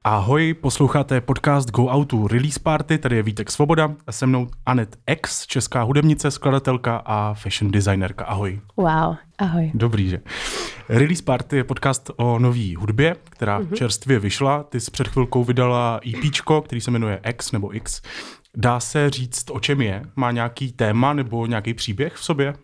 Ahoj, posloucháte podcast Go Out to Release Party, tady je Vítek Svoboda a se mnou Anet X, česká hudebnice, skladatelka a fashion designerka. Ahoj. Wow, ahoj. Dobrý, že? Release Party je podcast o nový hudbě, která čerstvě vyšla. Ty jsi před chvilkou vydala EPčko, který se jmenuje X nebo X. Dá se říct, o čem je? Má nějaký téma nebo nějaký příběh v sobě?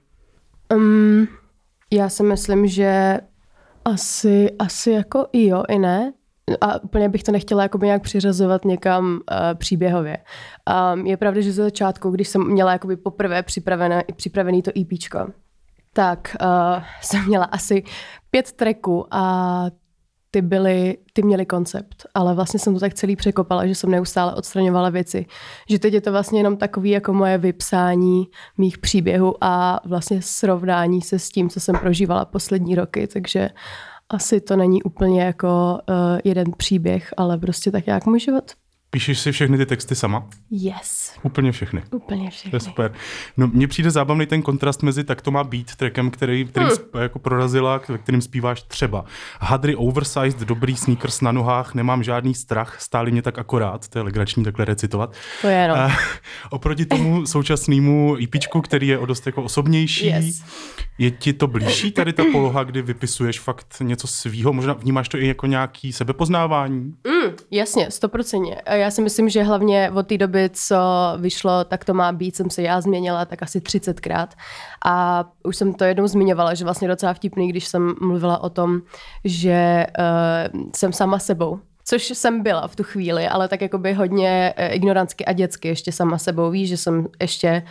Já si myslím, že asi jako i jo, i ne. A úplně bych to nechtěla jakoby nějak přiřazovat někam příběhově. Je pravda, že ze začátku, když jsem měla jakoby poprvé připravený to EPčko, tak jsem měla asi 5 tracků a ty měly koncept, ale vlastně jsem to tak celý překopala, že jsem neustále odstraňovala věci. Že teď je to vlastně jenom takový jako moje vypsání mých příběhů a vlastně srovnání se s tím, co jsem prožívala poslední roky, takže asi to není úplně jako jeden příběh, ale prostě tak jak můj život. Píšeš si všechny ty texty sama? Yes. Úplně všechny. Úplně všechny. To je super. No, mně přijde zábavný ten kontrast mezi Tak to má být trackem, kterým jako prorazila, ve kterým zpíváš třeba hadry oversized, dobrý sneakers na nohách, nemám žádný strach, stáli mě tak akorát, to je legrační takhle recitovat. To je no. Oproti tomu současnému EPčku, který je o dost jako osobnější, yes. Je ti to blížší tady ta poloha, kdy vypisuješ fakt něco svýho, možná vnímáš to i jako nějaký sebepoznávání? Jasně, 100%. Já si myslím, že hlavně od té doby, co vyšlo Tak to má být, jsem se já změnila tak asi 30krát. A už jsem to jednou zmiňovala, že vlastně docela vtipný, když jsem mluvila o tom, že jsem sama sebou. Což jsem byla v tu chvíli, ale tak jakoby hodně ignorantsky a dětsky ještě sama sebou. Víš, že jsem ještě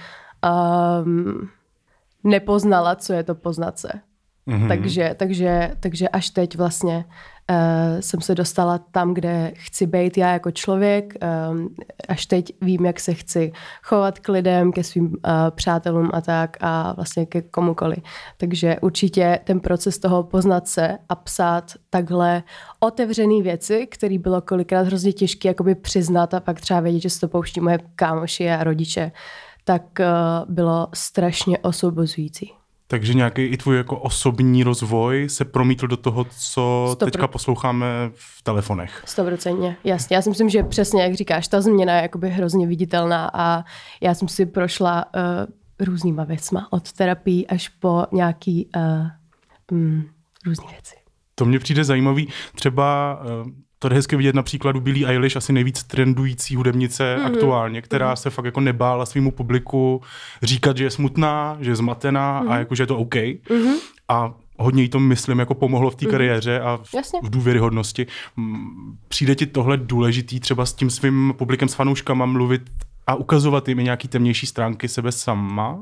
nepoznala, co je to poznat se. Takže až teď vlastně jsem se dostala tam, kde chci být já jako člověk. Až teď vím, jak se chci chovat k lidem, ke svým přátelům a tak a vlastně ke komukoli. Takže určitě ten proces toho poznat se a psát takhle otevřený věci, který bylo kolikrát hrozně těžké jakoby přiznat a pak třeba vědět, že se to pouští moje kámoši a rodiče, tak bylo strašně osvobozující. Takže nějaký i tvůj jako osobní rozvoj se promítl do toho, co teďka posloucháme v telefonech. 100%, jasně. Já si myslím, že přesně, jak říkáš, ta změna je jakoby hrozně viditelná a já jsem si prošla různýma věcma, od terapii až po nějaký různý věci. To mně přijde zajímavý. Třeba to je hezky vidět na příkladu Billie Eilish, asi nejvíc trendující hudebnice aktuálně, která se fakt jako nebála svýmu publiku říkat, že je smutná, že je zmatená a jako, že je to OK. A hodně jí to, myslím, jako pomohlo v té kariéře a v důvěryhodnosti. Přijde ti tohle důležitý třeba s tím svým publikem, s fanouškama mluvit a ukazovat jim i nějaký temnější stránky sebe sama?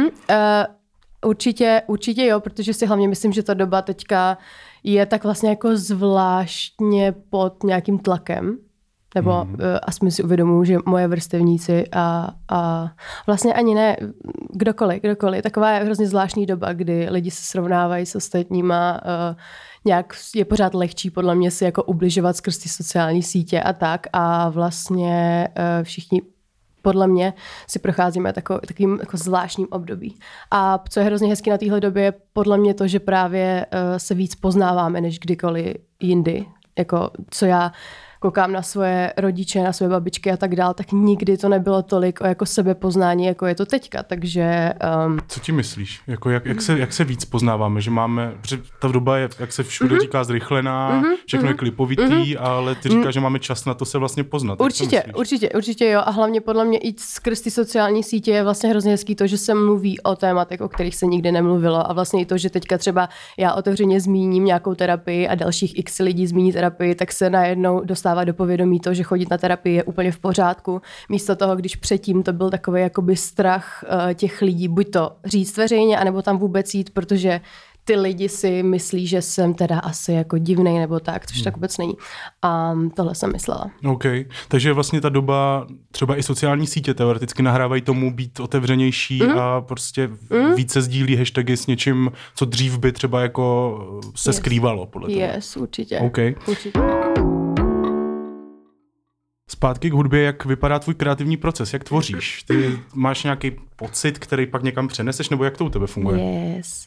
Určitě jo, protože si hlavně myslím, že ta doba teďka je tak vlastně jako zvláštně pod nějakým tlakem. Nebo aspoň si uvědomuji, že moje vrstevníci a vlastně ani ne, kdokoliv. Taková je hrozně zvláštní doba, kdy lidi se srovnávají s ostatníma. Nějak je pořád lehčí podle mě si jako ubližovat skrz ty sociální sítě a tak. A vlastně všichni podle mě si procházíme takovým jako zvláštním období. A co je hrozně hezky na téhle době, je podle mě to, že právě se víc poznáváme než kdykoliv jindy. Jako co já koukám na svoje rodiče, na své babičky a tak dál, tak nikdy to nebylo tolik o jako sebepoznání, jako je to teďka, takže... Co ti myslíš? Jako jak se víc poznáváme, že máme... Ta doba je, jak se všude říká, zrychlená, všechno je klipovitý, ale ty říkáš, že máme čas na to se vlastně poznat. Určitě jo a hlavně podle mě i skrz ty sociální sítě je vlastně hrozně hezký to, že se mluví o tématech, o kterých se nikdy nemluvilo a vlastně i to, že teďka třeba já otevřeně zmíním nějakou terapii a dalších x lidí zmíní terapii, tak se najednou dostává do povědomí to, že chodit na terapii je úplně v pořádku. Místo toho, když předtím to byl takový jakoby strach těch lidí, buď to říct veřejně, anebo tam vůbec jít, protože ty lidi si myslí, že jsem teda asi jako divnej nebo tak, což tak vůbec není. A tohle jsem myslela. OK, takže vlastně ta doba, třeba i sociální sítě teoreticky nahrávají tomu být otevřenější a prostě více sdílí hashtagy s něčím, co dřív by třeba jako se skrývalo podle toho. Určitě. Okay. Určitě. Zpátky k hudbě, jak vypadá tvůj kreativní proces, jak tvoříš? Ty máš nějaký pocit, který pak někam přeneseš, nebo jak to u tebe funguje? Yes.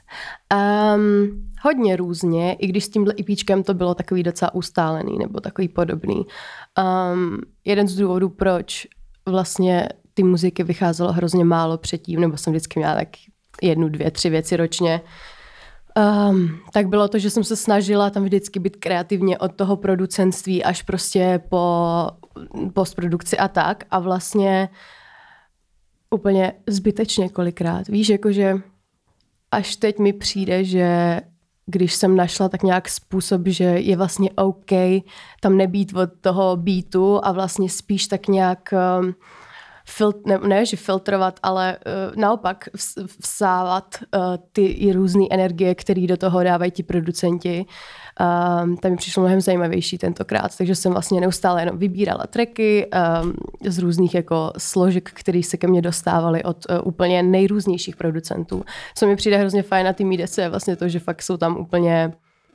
Hodně různě, i když s tímhle EPčkem to bylo takový docela ustálený, nebo takový podobný. Jeden z důvodů, proč vlastně ty muziky vycházelo hrozně málo předtím, nebo jsem vždycky měla tak 1, 2, 3 věci ročně, tak bylo to, že jsem se snažila tam vždycky být kreativně od toho producentství až prostě po postprodukci a tak. A vlastně úplně zbytečně kolikrát. Víš, jakože až teď mi přijde, že když jsem našla tak nějak způsob, že je vlastně OK tam nebýt od toho beatu a vlastně spíš tak nějak ne, že filtrovat, ale naopak vsávat ty různé energie, které do toho dávají ti producenti. Tam mi přišlo mnohem zajímavější tentokrát, takže jsem vlastně neustále jenom vybírala tracky z různých jako složek, které se ke mně dostávaly od úplně nejrůznějších producentů. Co mi přijde hrozně fajn na té mídece je vlastně to, že fakt jsou tam úplně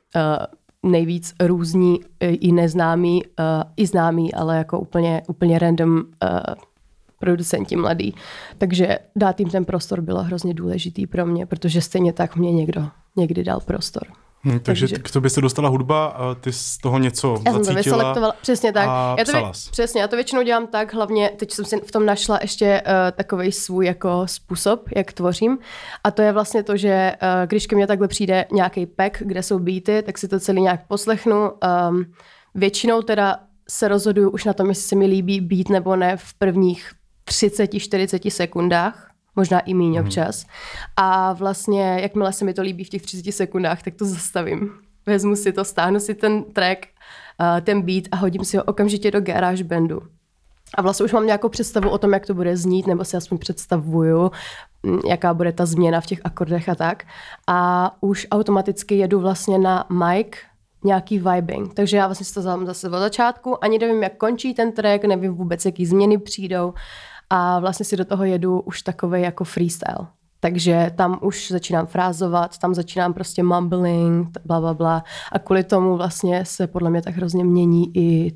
nejvíc různí i neznámí, i známí, ale jako úplně random producenti mladí. Takže dát jim ten prostor bylo hrozně důležitý pro mě, protože stejně tak mě někdo někdy dal prostor. Takže k tobě se dostala hudba a ty z toho něco zacítila. Já jsem to vyselektovala, přesně tak. Přesně, já to většinou dělám tak, hlavně teď jsem si v tom našla ještě takovej svůj jako způsob, jak tvořím. A to je vlastně to, že když ke mně takhle přijde nějaký pack, kde jsou beaty, tak si to celý nějak poslechnu. Většinou teda se rozhoduju už na tom, jestli se mi líbí beat nebo ne v prvních 30-40 sekundách, možná i míň občas. A vlastně, jakmile se mi to líbí v těch 30 sekundách, tak to zastavím. Vezmu si to, stáhnu si ten track, ten beat a hodím si ho okamžitě do GarageBandu. A vlastně už mám nějakou představu o tom, jak to bude znít, nebo si aspoň představuju, jaká bude ta změna v těch akordech a tak. A už automaticky jedu vlastně na mic, nějaký vibing. Takže já vlastně si to vzala zase od začátku, ani nevím, jak končí ten track, nevím vůbec, jaký změny přijdou a vlastně si do toho jedu už takovej jako freestyle. Takže tam už začínám frázovat, tam začínám prostě mumbling, blablabla a kvůli tomu vlastně se podle mě tak hrozně mění i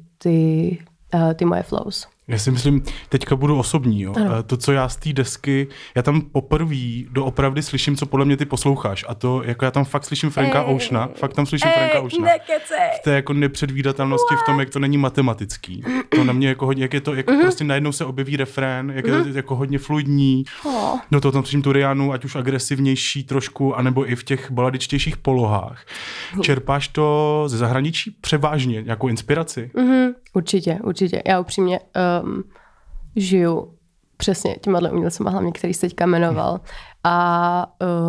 ty moje flows. Já si myslím, teďka budu osobní. Jo. To, co já z té desky, já tam poprvé doopravdy slyším, co podle mě ty posloucháš. A to, jako já tam fakt slyším Franka Oceana. Fakt tam slyším Franka Oceana. V té jako nepředvídatelnosti v tom, jak to není matematický. To na mě jako hodně, jak je to, jako prostě najednou se objeví refrén, jak je to jako hodně fluidní. Do toho tam slyším tu Rihannu, ať už agresivnější trošku, anebo i v těch baladičtějších polohách. Čerpáš to ze zahraničí převážně, nějakou inspiraci? Určitě. Já upřímně žiju přesně těma umělcema, hlavně, který jsi teďka jmenoval. A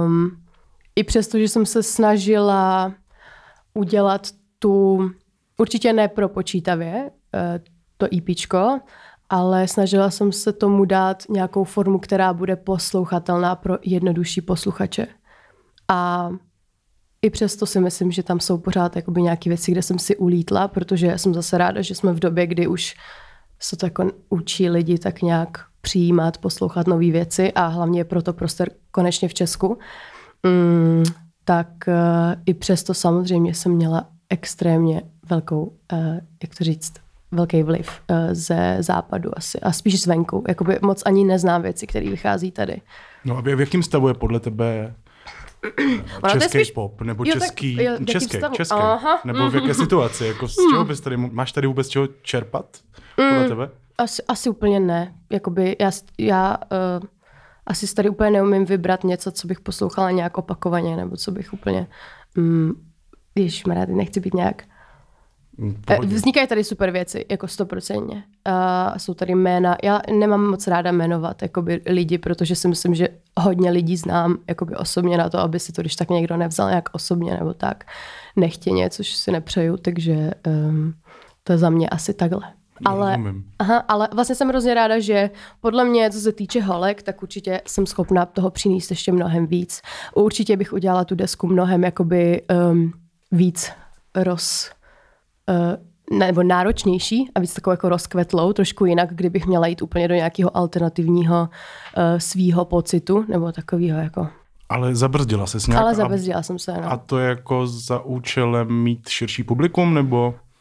i přesto, že jsem se snažila udělat určitě ne pro počítavě, to EPčko, ale snažila jsem se tomu dát nějakou formu, která bude poslouchatelná pro jednodušší posluchače. A i přesto si myslím, že tam jsou pořád jakoby nějaké věci, kde jsem si ulítla, protože jsem zase ráda, že jsme v době, kdy už se to jako učí lidi tak nějak přijímat, poslouchat nové věci a hlavně je proto prostor konečně v Česku. Tak i přesto samozřejmě jsem měla extrémně velký vliv ze západu asi a spíš zvenku. Jakoby moc ani neznám věci, které vychází tady. No a v jakém stavu je podle tebe český pop, nebo český, nebo v jaké situaci, jako z čeho bys tady, máš tady vůbec čeho čerpat podle tebe? Asi úplně ne, jakoby já asi tady úplně neumím vybrat něco, co bych poslouchala nějak opakovaně, nebo co bych úplně, ježišmarja, nechci být nějak. Vznikají tady super věci, jako 100%. Jsou tady jména. Já nemám moc ráda jmenovat jakoby lidi, protože si myslím, že hodně lidí znám jakoby osobně na to, aby si to když tak někdo nevzal nějak osobně nebo tak nechtěně, což si nepřeju, takže to je za mě asi takhle. Ale vlastně jsem hrozně ráda, že podle mě, co se týče holek, tak určitě jsem schopná toho přinést ještě mnohem víc. Určitě bych udělala tu desku mnohem jakoby víc nebo náročnější a víc takovou jako rozkvetlou, trošku jinak, kdybych měla jít úplně do nějakého alternativního svýho pocitu, nebo takového jako... Ale zabrzdila ses nějak? Ale zabrzdila jsem se, no. A to je jako za účelem mít širší publikum, nebo...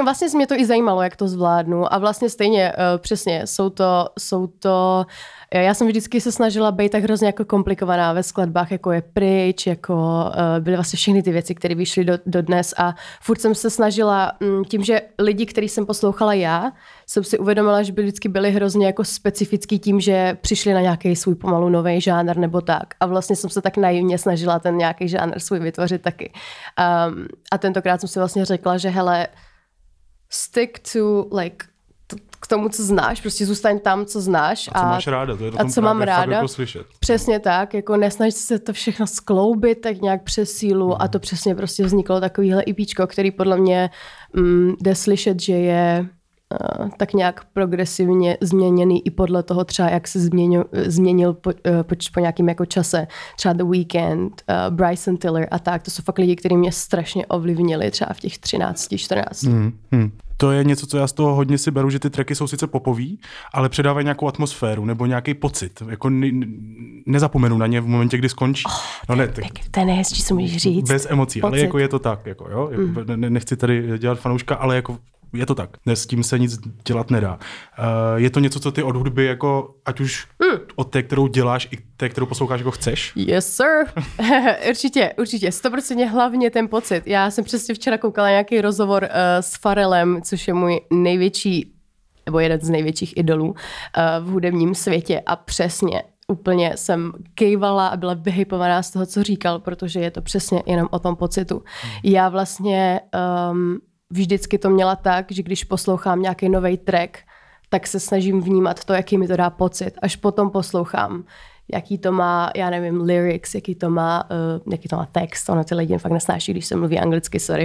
Vlastně mě to i zajímalo, jak to zvládnu a vlastně stejně přesně jsou to já jsem vždycky se snažila být tak hrozně jako komplikovaná ve skladbách, jako je Pryč, jako byly vlastně všechny ty věci, které vyšly do dnes a furt jsem se snažila tím, že lidi, který jsem poslouchala já, jsem si uvědomila, že by vždycky byli hrozně jako specifický tím, že přišli na nějaký svůj pomalu nový žánr nebo tak. A vlastně jsem se tak naivně snažila ten nějaký žánr svůj vytvořit taky. A tentokrát jsem si vlastně řekla, že hele, stick to like k tomu, co znáš, prostě zůstaň tam, co znáš. A co máš ráda, to je a co mám ráda. Jako slyšet. Přesně tak, jako nesnaž se to všechno skloubit tak nějak přes sílu a to přesně prostě vzniklo takovýhle EPčko, který podle mě jde slyšet, že je tak nějak progresivně změněný i podle toho třeba, jak se změnil po nějakým jako čase. Třeba The Weeknd, Bryson Tiller a tak. To jsou fakt lidi, kteří mě strašně ovlivnili třeba v těch 13, 14. To je něco, co já z toho hodně si beru, že ty tracky jsou sice popový, ale předávají nějakou atmosféru nebo nějaký pocit. Jako nezapomenu na ně v momentě, kdy skončí. To je nejhezčí, co můžeš říct. Bez emocí, pocit. Ale jako je to tak. Jako, jo? Nechci tady dělat fanouška, ale jako je to tak. S tím se nic dělat nedá. Je to něco, co ty od hudby, jako, ať už od té, kterou děláš, i té, kterou posloucháš, jako chceš? Yes, sir. určitě. 100% hlavně ten pocit. Já jsem přesně včera koukala nějaký rozhovor s Pharrellem, což je můj největší, nebo jeden z největších idolů v hudebním světě a přesně úplně jsem kejvala a byla vyhypovaná z toho, co říkal, protože je to přesně jenom o tom pocitu. Já vlastně vždycky to měla tak, že když poslouchám nějaký nový track, tak se snažím vnímat to, jaký mi to dá pocit. Až potom poslouchám, jaký to má, já nevím, lyrics, jaký to má text. Ono ty lidi fakt nesnáší, když se mluví anglicky, sorry.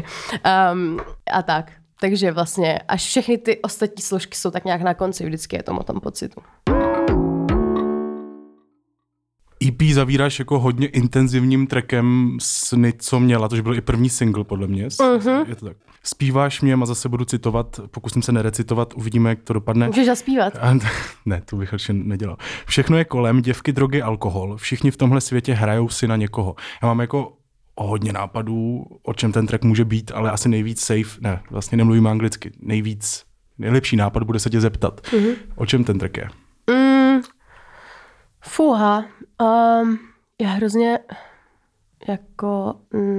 A tak. Takže vlastně až všechny ty ostatní složky jsou tak nějak na konci, vždycky je to o tom pocitu. EP zavíráš jako hodně intenzivním trackem Sny, co měla, to byl i první single podle mě. Je to tak. Zpíváš mě a zase budu citovat, pokusím se nerecitovat, uvidíme, jak to dopadne. Můžeš zaspívat. Ne, to bych ještě nedělal. Všechno je kolem, děvky, drogy, alkohol. Všichni v tomhle světě hrajou si na někoho. Já mám jako hodně nápadů, o čem ten track může být, ale asi nejvíc safe, ne, vlastně nemluvím anglicky, nejlepší nápad bude se tě zeptat. O čem ten track je? Fuha, já hrozně jako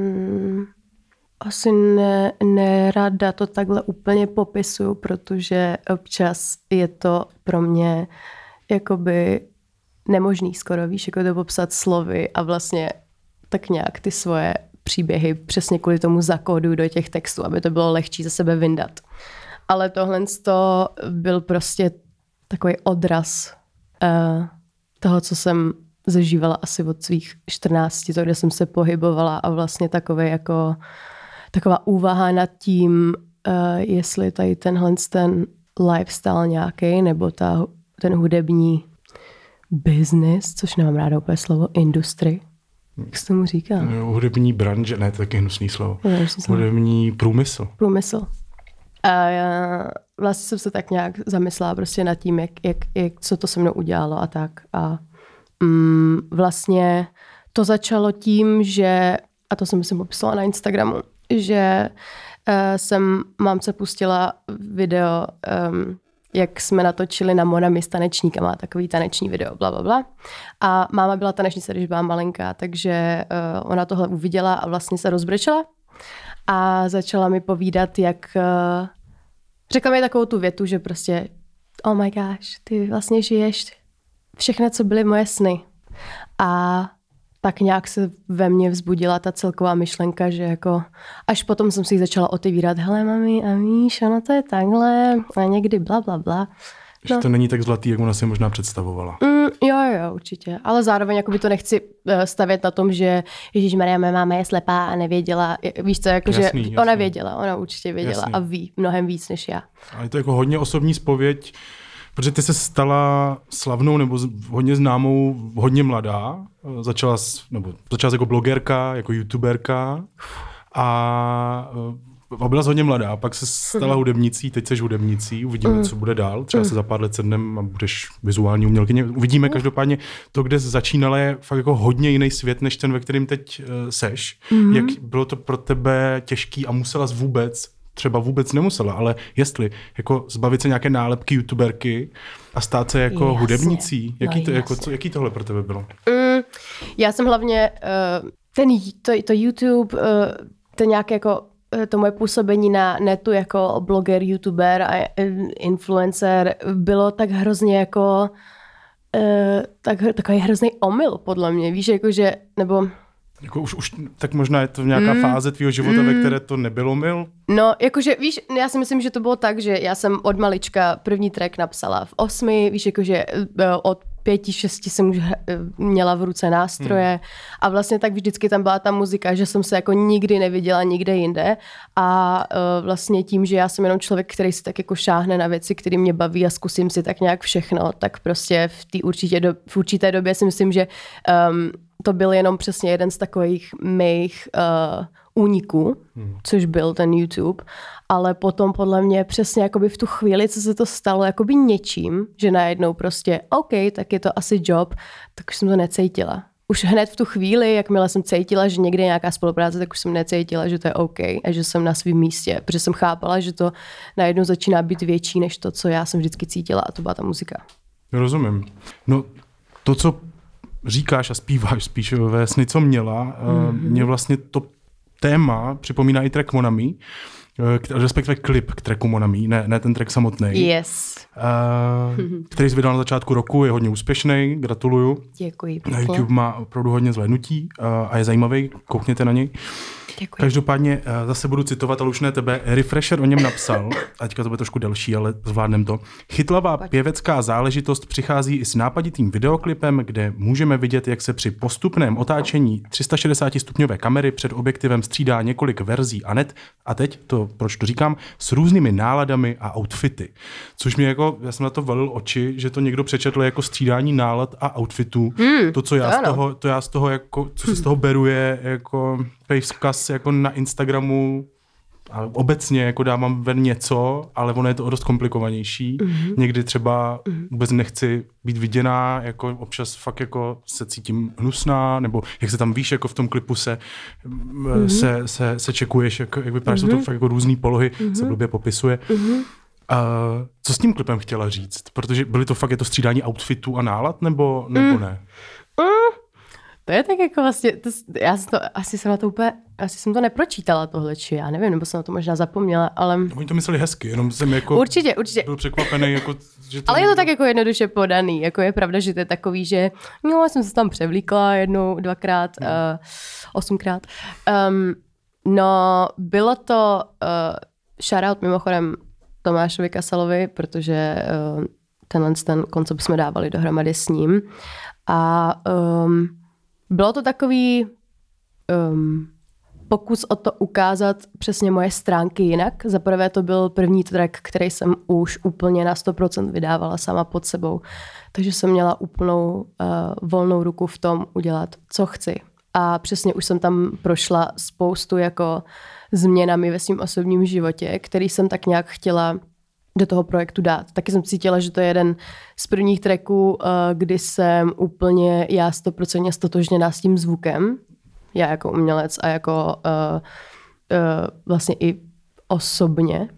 asi nerada to takhle úplně popisuju, protože občas je to pro mě jakoby nemožný skoro, víš, jako to popsat slovy a vlastně tak nějak ty svoje příběhy přesně kvůli tomu zakóduju do těch textů, aby to bylo lehčí za sebe vyndat. Ale tohle to byl prostě takový odraz toho, co jsem zažívala asi od svých 14, to, kde jsem se pohybovala a vlastně taková úvaha nad tím, jestli tady ten lifestyle nějaký, nebo ten hudební business, což nemám ráda úplně slovo, industry. Jak se tomu říká? Hudební branže, ne, to je taky hnusný slovo. Hudební průmysl. A já vlastně jsem se tak nějak zamyslela prostě nad tím, co to se mnou udělalo a tak. A vlastně to začalo tím, že, a to jsem popisala na Instagramu, že jsem mámce pustila video, jak jsme natočili na Monami s tanečníkama, takový taneční video, blablabla. A máma byla tanečnice, když byla malinká, takže ona tohle uviděla a vlastně se rozbrečela. A začala mi povídat, jak řekla mi takovou tu větu, že prostě oh my gosh, ty vlastně žiješ všechno, co byly moje sny. A tak nějak se ve mně vzbudila ta celková myšlenka, že jako až potom jsem si ji začala otevírat, hele mami, a víš, ono to je takhle a někdy bla, bla, bla. Že to není tak zlatý, jak ona si možná představovala. Jo, určitě. Ale zároveň jakoby to nechci stavět na tom, že ježišmarja, mé máma je slepá a nevěděla. Víš co, jako, jasný, že ona věděla, ona určitě věděla a ví mnohem víc než já. A je to jako hodně osobní zpověď, protože ty se stala slavnou nebo hodně známou, hodně mladá. Začala jako blogerka, jako youtuberka a byla hodně mladá, pak se stala hudebnicí, teď seš hudebnicí, uvidíme, co bude dál, třeba se za pár let sednem a budeš vizuální umělkyně. Uvidíme každopádně to, kde začínala, je fakt jako hodně jiný svět, než ten, ve kterém teď seš. Jak bylo to pro tebe těžký a musela vůbec třeba vůbec nemusela, ale jestli jako zbavit se nějaké nálepky youtuberky a stát se jako hudebnicí, jaký tohle pro tebe bylo? Já jsem hlavně to YouTube, ten nějaké jako to moje působení na netu jako bloger, youtuber a influencer bylo tak hrozně jako takový hrozný omyl podle mě, víš, jakože, nebo... Jako už tak možná je to nějaká fáze tvýho života, ve které to nebylo omyl? No, jakože, víš, já si myslím, že to bylo tak, že já jsem od malička první track napsala v 8, víš, jakože od 5-6 jsem už měla v ruce nástroje a vlastně tak vždycky tam byla ta muzika, že jsem se jako nikdy neviděla nikde jinde a vlastně tím, že já jsem jenom člověk, který si tak jako šáhne na věci, které mě baví a zkusím si tak nějak všechno, tak prostě v určité době si myslím, že to byl jenom přesně jeden z takových mých úniků, což byl ten YouTube, ale potom podle mě přesně jakoby v tu chvíli, co se to stalo jakoby něčím, že najednou prostě OK, tak je to asi job, tak už jsem to necítila. Už hned v tu chvíli, jakmile jsem cítila, že někde je nějaká spolupráce, tak už jsem necítila, že to je OK a že jsem na svém místě, protože jsem chápala, že to najednou začíná být větší než to, co já jsem vždycky cítila a to byla ta muzika. Rozumím. No to, co říkáš a zpíváš spíš ve Sny, co měla, mě vlastně to téma připomíná i track Monami, respektive klip k tracku Monami, ne ten track samotný. Yes. Který jsi vydal na začátku roku, je hodně úspěšný, gratuluju. Děkuji. Na YouTube má opravdu hodně zhlédnutí a je zajímavý, koukněte na něj. Děkuji. Každopádně zase budu citovat, ale už ne tebe. Refresher o něm napsal, a teďka to bude trošku delší, ale zvládnem to. Chytlavá pěvecká záležitost přichází i s nápaditým videoklipem, kde můžeme vidět, jak se při postupném otáčení 360-stupňové kamery před objektivem střídá několik verzí Anet. A teď, proč to říkám, s různými náladami a outfity. Což mě jako, já jsem na to valil oči, že to někdo přečetl jako střídání nálad a outfitů. To, co já z toho jako, co si z toho beru, je jako vzkaz jako na Instagramu a obecně jako dávám ven něco, ale ono je to o dost komplikovanější. Někdy třeba vůbec nechci být viděná, jako občas fakt jako se cítím hnusná, nebo jak se tam víš, jako v tom klipu se čekuješ, jak vypadáš, jsou to fakt jako různý polohy, se blbě popisuje. Co s tím klipem chtěla říct? Protože byly to fakt, je to střídání outfitů a nálad, nebo ne? To je tak jako vlastně, asi jsem to nepročítala tohle, či já nevím, nebo jsem na to možná zapomněla, ale... Oni to mysleli hezky, jenom jsem jako... Určitě. Byl překvapený, jako, že to... Ale je to tak jako jednoduše podaný, jako je pravda, že to je takový, že no, jsem se tam převlíkla 1, 2krát, 8krát. No, bylo to shoutout mimochodem Tomášovi Kasalovi, protože ten koncept jsme dávali dohromady s ním a bylo to takový pokus o to ukázat přesně moje stránky jinak. Za prvé to byl první track, který jsem už úplně na 100% vydávala sama pod sebou. Takže jsem měla úplnou volnou ruku v tom udělat, co chci. A přesně už jsem tam prošla spoustu jako změnami ve svém osobním životě, který jsem tak nějak chtěla do toho projektu dát. Taky jsem cítila, že to je jeden z prvních tracků, kdy jsem úplně já 100% stotožněná s tím zvukem. Já jako umělec a jako vlastně i osobně.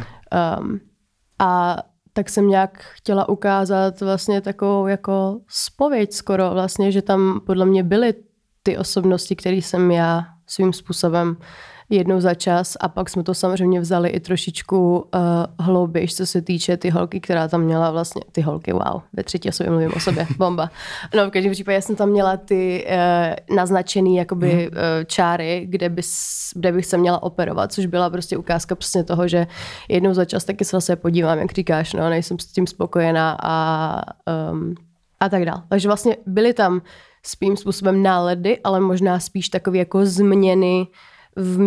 A tak jsem nějak chtěla ukázat vlastně takovou jako zpověď skoro vlastně, že tam podle mě byly ty osobnosti, které jsem já svým způsobem jednou za čas a pak jsme to samozřejmě vzali i trošičku hloubějš, co se týče ty holky, která tam měla vlastně, ty holky, wow, ve třetí osobě mluvím o sobě, bomba. No v každém případě jsem tam měla ty naznačený jakoby čáry, kde bych se měla operovat, což byla prostě ukázka přesně toho, že jednou za čas taky se zase podívám, jak říkáš, no, nejsem s tím spokojená a tak dál. Takže vlastně byly tam svým způsobem nálady, ale možná spíš takový jako změny v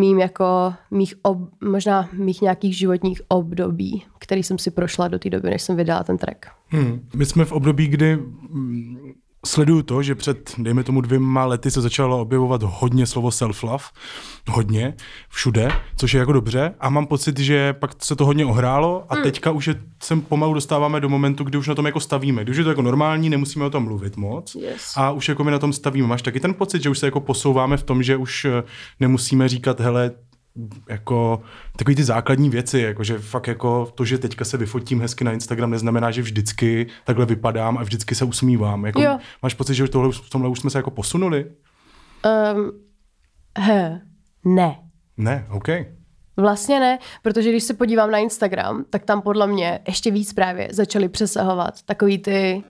možná mých nějakých životních období, který jsem si prošla do té doby, než jsem vydala ten track. My jsme v období, kdy sleduju to, že před, dejme tomu 2 lety se začalo objevovat hodně slovo self-love, hodně, všude, což je jako dobře a mám pocit, že pak se to hodně ohrálo a teďka už se pomalu dostáváme do momentu, kdy už na tom jako stavíme, když je to jako normální, nemusíme o tom mluvit moc a už jako my na tom stavíme. Máš taky ten pocit, že už se jako posouváme v tom, že už nemusíme říkat, hele, jako takový ty základní věci, jako že fakt jako to, že teďka se vyfotím hezky na Instagram, neznamená, že vždycky takhle vypadám a vždycky se usmívám. Jako, máš pocit, že v tomhle už jsme se jako posunuli? Ne. Ne, OK. Vlastně ne, protože když se podívám na Instagram, tak tam podle mě ještě víc právě začaly přesahovat takový ty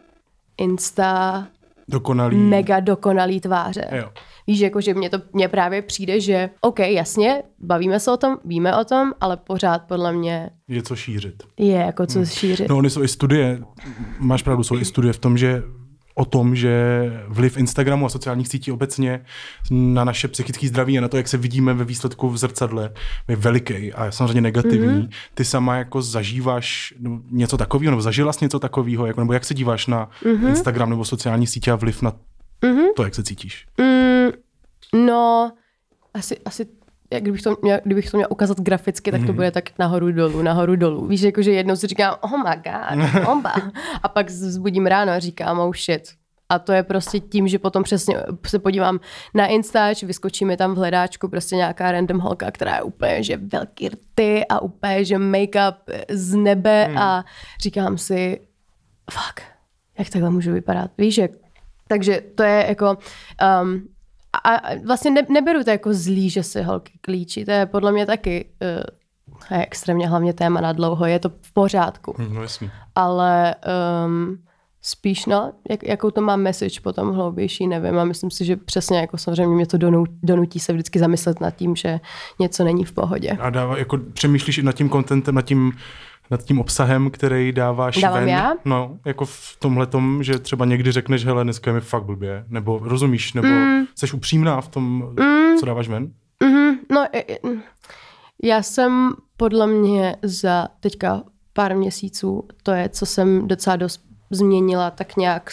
mega dokonalý tváře. Jo. Víš, jako, že mně právě přijde, že OK, jasně, bavíme se o tom, víme o tom, ale pořád podle mě je co šířit. Je jako co šířit. No, jsou i studie, máš pravdu, jsou i studie o tom, že vliv Instagramu a sociálních sítí obecně na naše psychické zdraví a na to, jak se vidíme ve výsledku v zrcadle, je veliký a samozřejmě negativní. Ty sama jako zažíváš něco takového, nebo zažila jsi něco takového, jako, nebo jak se díváš na Instagram nebo sociální sítě a vliv na to, jak se cítíš? No, asi kdybych to měla ukázat graficky, tak to bude tak nahoru dolů. Víš, jakože jednou si říkám, oh my god, bomba. A pak vzbudím ráno a říkám, oh shit. A to je prostě tím, že potom přesně se podívám na Instač, vyskočí mi tam v hledáčku prostě nějaká random holka, která je úplně, že velký rty a úplně, že make-up z nebe a říkám si, fuck, jak takhle můžu vypadat. Víš, jak? Takže to je jako... A vlastně neberu to jako zlý, že si holky klíčí. To je podle mě taky je extrémně hlavně téma na dlouho. Je to v pořádku. No jasně. Ale spíš, jakou to má message potom hloubější, nevím. A myslím si, že přesně jako samozřejmě mě to donutí se vždycky zamyslet nad tím, že něco není v pohodě. A jako přemýšlíš i nad tím contentem, nad tím obsahem, který dáváš ven. Já? No, jako v tomhletom, že třeba někdy řekneš, hele, dneska je mi fakt blbě, nebo rozumíš, nebo seš upřímná v tom, co dáváš ven? No, já jsem podle mě za teďka pár měsíců, to je, co jsem docela dost změnila, tak nějak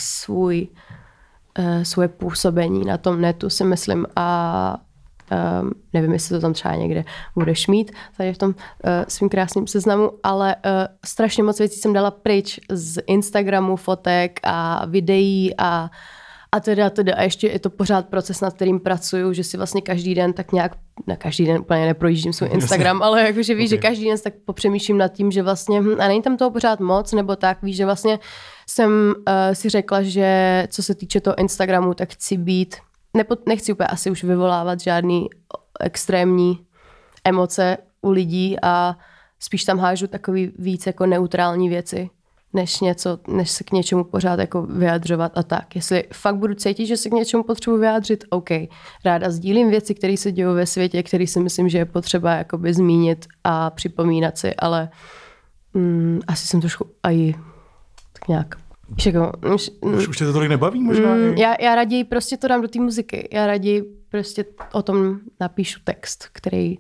svoje působení na tom netu, si myslím, a nevím, jestli to tam třeba někde budeš mít, tady v tom svým krásným seznamu, ale strašně moc věcí jsem dala pryč z Instagramu, fotek a videí a teda. A ještě je to pořád proces, nad kterým pracuju, že si vlastně každý den tak nějak, ne každý den úplně neprojíždím svůj Instagram, ale jakože víš, že každý den tak popřemýšlím nad tím, že vlastně, a není tam toho pořád moc, nebo tak, víš, že vlastně jsem si řekla, že co se týče toho Instagramu, tak chci být, nechci úplně asi už vyvolávat žádný extrémní emoce u lidí a spíš tam hážu takový víc jako neutrální věci, než se k něčemu pořád jako vyjadřovat a tak. Jestli fakt budu cítit, že se k něčemu potřebuji vyjádřit, OK. Ráda sdílím věci, které se dějí ve světě, které si myslím, že je potřeba jakoby zmínit a připomínat si, ale asi jsem trošku aj tak nějak. Už tě to tolik nebaví možná? Já raději prostě to dám do té muziky. Já raději prostě o tom napíšu text, který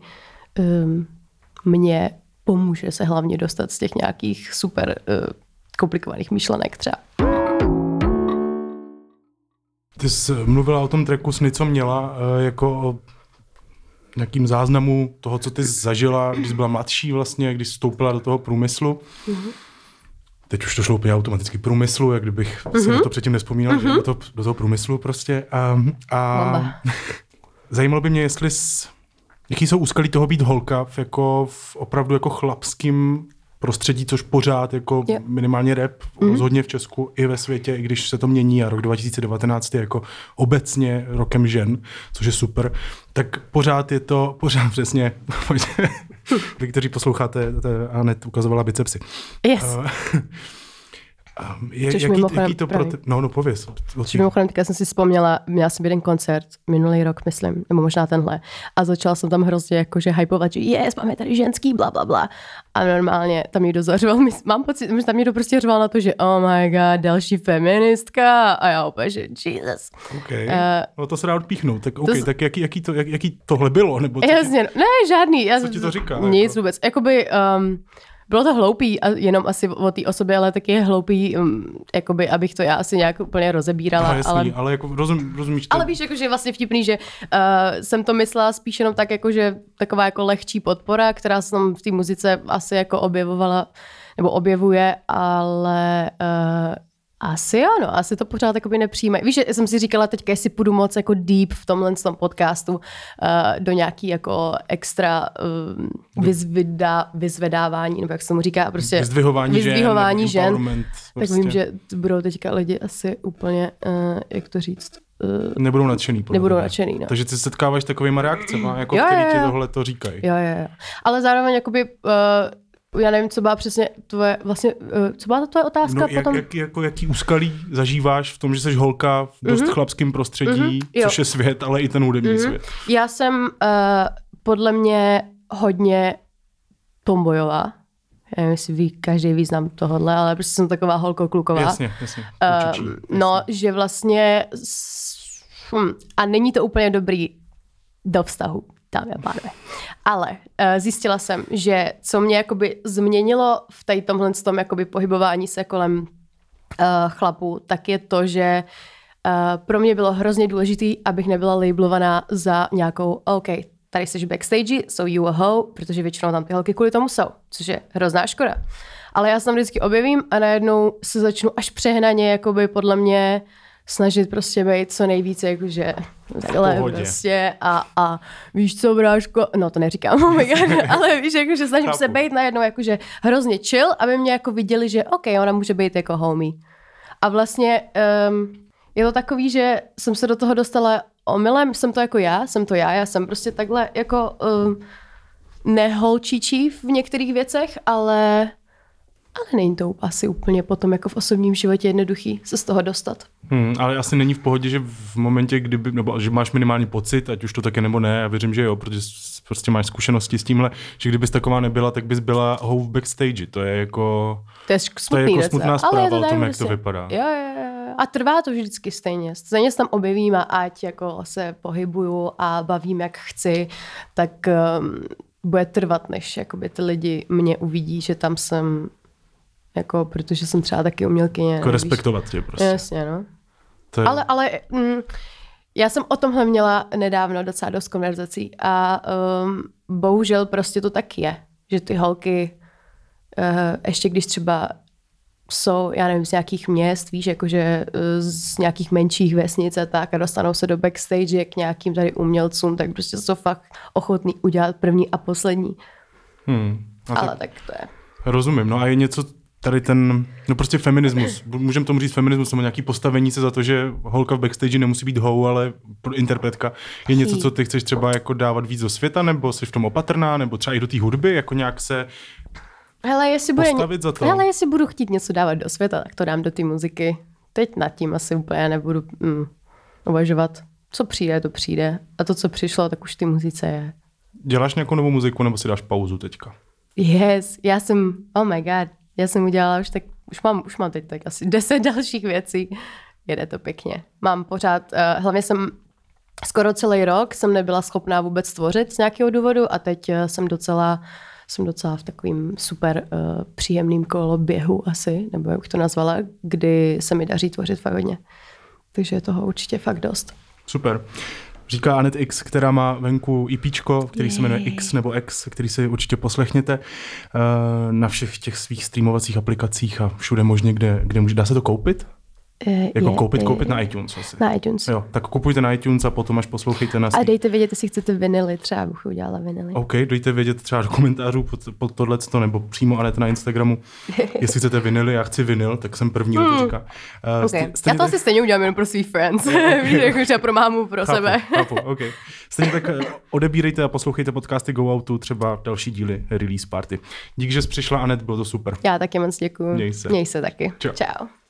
mě pomůže se hlavně dostat z těch nějakých super komplikovaných myšlenek třeba. Ty jsi mluvila o tom tracku Sny, co měla, jako o nějakým záznamu toho, co ty zažila, když byla mladší vlastně, když vstoupila do toho průmyslu. Teď už to šlo úplně automaticky průmyslu, jak kdybych si na to předtím nevzpomínal, že do toho průmyslu prostě. A zajímalo by mě, jaký jsou úskalí toho být holka v opravdu jako chlapským prostředí, což pořád jako minimálně rap, rozhodně v Česku i ve světě, i když se to mění a rok 2019 je jako obecně rokem žen, což je super, tak pořád přesně, vy, kteří posloucháte, Anet ukazovala bicepsy. Yes. Jaký to pro tebe? No, pověz. Mimochodem, teďka jsem si vzpomněla, měla jsem jeden koncert minulý rok, myslím, nebo možná tenhle. A začala jsem tam hrozně jakože hypovat, že máme tady ženský, bla, bla, bla. A normálně tam někdo zařval, mám pocit, že tam někdo prostě řval na to, že oh my god, další feministka. A já opět, že Jesus. Okay. No to se dá odpíchnout. Tak jaký tohle bylo? Nebo jasně, ne, žádný. Co ti to říká? Nic vůbec. Jakoby... bylo to hloupý, a jenom asi o té osobě, ale taky je hloupý, jakoby, abych to já asi nějak úplně rozebírala. No, jasný, ale jako rozumíš to. Ale víš, jako, že je vlastně vtipný, že jsem to myslela spíš jenom tak, jako, že taková jako lehčí podpora, která se tam v té muzice asi jako objevovala, nebo objevuje, ale Asi jo, no, asi to pořád jakoby nepřijímají. Víš, že jsem si říkala teďka, jestli půjdu moc jako deep v tomhle podcastu do nějaký jako extra vyzvedávání, nebo jak se tomu říká, prostě vyzdvihování žen. Tak vím, že budou teďka lidi asi úplně, jak to říct, nebudou nadšený. Nebudou nadšený, no. Takže ty se setkáváš s takovýma reakcemi, jako který ti tohle to říkají. Jo. Ale zároveň jakoby... já nevím, co byla přesně tvoje, vlastně, co byla to tvoje otázka potom? Jaký úskalí zažíváš v tom, že jsi holka v dost chlapském prostředí, což je svět, ale i ten hudební svět. Já jsem podle mě hodně tombojová. Já nevím, jestli každý význam tohohle, ale prostě jsem taková holko-kluková. Jasně. No, že vlastně a není to úplně dobrý do vztahu. Dámy a pánové. Ale zjistila jsem, že co mě jakoby změnilo v tomhle jakoby pohybování se kolem chlapů, tak je to, že pro mě bylo hrozně důležitý, abych nebyla labelovaná za nějakou OK, tady jsi backstage, so you a hoe, protože většinou tam ty holky kvůli tomu jsou, což je hrozná škoda. Ale já se tam vždycky objevím a najednou se začnu až přehnaně jakoby podle mě snažit prostě být co nejvíce jakože takhle prostě a víš co, bráško, no to neříkám, ale víš, jakože snažím se být najednou jakože hrozně chill, aby mě jako viděli, že OK, ona může být jako homie. A vlastně je to takový, že jsem se do toho dostala omylem, jsem to já jsem prostě takhle jako neholčičí v některých věcech, ale není to asi úplně potom jako v osobním životě jednoduchý se z toho dostat. Ale asi není v pohodě, že v momentě, nebo že máš minimální pocit, ať už to také nebo ne, já věřím, že jo, protože prostě máš zkušenosti s tímhle, že kdybys taková nebyla, tak bys byla hoe v backstage. To je jako smutná zpráva o tom, jak to vypadá. Jo. A trvá to vždycky stejně. Stejně se tam objevím a ať jako se pohybuju a bavím, jak chci, tak bude trvat, než jakoby ty lidi mě uvidí, že tam jsem jako, protože jsem třeba taky umělkyně. Jako respektovat tě prostě. Jasně, no. Ale já jsem o tomhle měla nedávno docela dost konverzací a bohužel prostě to tak je, že ty holky ještě když třeba jsou, já nevím, z nějakých měst, víš, jakože z nějakých menších vesnic a tak a dostanou se do backstage k nějakým tady umělcům, tak prostě jsou fakt ochotný udělat první a poslední. Ale tak to je. Rozumím, no a je něco tady ten, no prostě feminismus, můžeme tomu říct feminismus, nebo nějaký postavení se za to, že holka v backstage nemusí být hoe, ale interpretka. Je něco, co ty chceš třeba jako dávat víc do světa, nebo jsi v tom opatrná, nebo třeba i do té hudby, jako nějak se postavit za to? Hele, jestli budu chtít něco dávat do světa, tak to dám do té muziky. Teď nad tím asi úplně nebudu uvažovat. Co přijde, to přijde. A to, co přišlo, tak už ty muzice je. Děláš nějakou novou muziku, nebo si dáš pauzu teďka? Yes, oh my god, já jsem udělala už mám teď tak asi 10 dalších věcí. Jede to pěkně. Mám pořád, hlavně jsem skoro celý rok jsem nebyla schopná vůbec tvořit z nějakého důvodu a teď jsem docela v takovým super příjemným koloběhu asi, nebo jak to nazvala, kdy se mi daří tvořit fakt hodně. Takže je toho určitě fakt dost. Super. Říká Anet X, která má venku EPčko, který se jmenuje X nebo X, který si určitě poslechněte na všech těch svých streamovacích aplikacích a všude možně, kde může. Dá se to koupit? Koupit na iTunes asi. Na iTunes. Jo, tak kupujte na iTunes a potom až poslouchejte na... A dejte vědět, jestli chcete vinily, třeba bych udělala vinily. OK, dejte vědět třeba do komentářů pod tohleto, nebo přímo Anet na Instagramu. Jestli chcete vinily, já chci vinyl, tak jsem první, kdo to říká. Okay. Já to asi stejně udělám jenom pro svých friends. Víš, jako třeba pro mámu, pro sebe. Chápu, OK. Stejně tak odebírejte a poslouchejte podcasty Go Outu, třeba další díly Release Party. Díky, že jsi přišla, Anet, bylo to super. Já taky moc děkuju. Měj se taky. Čau. Čau.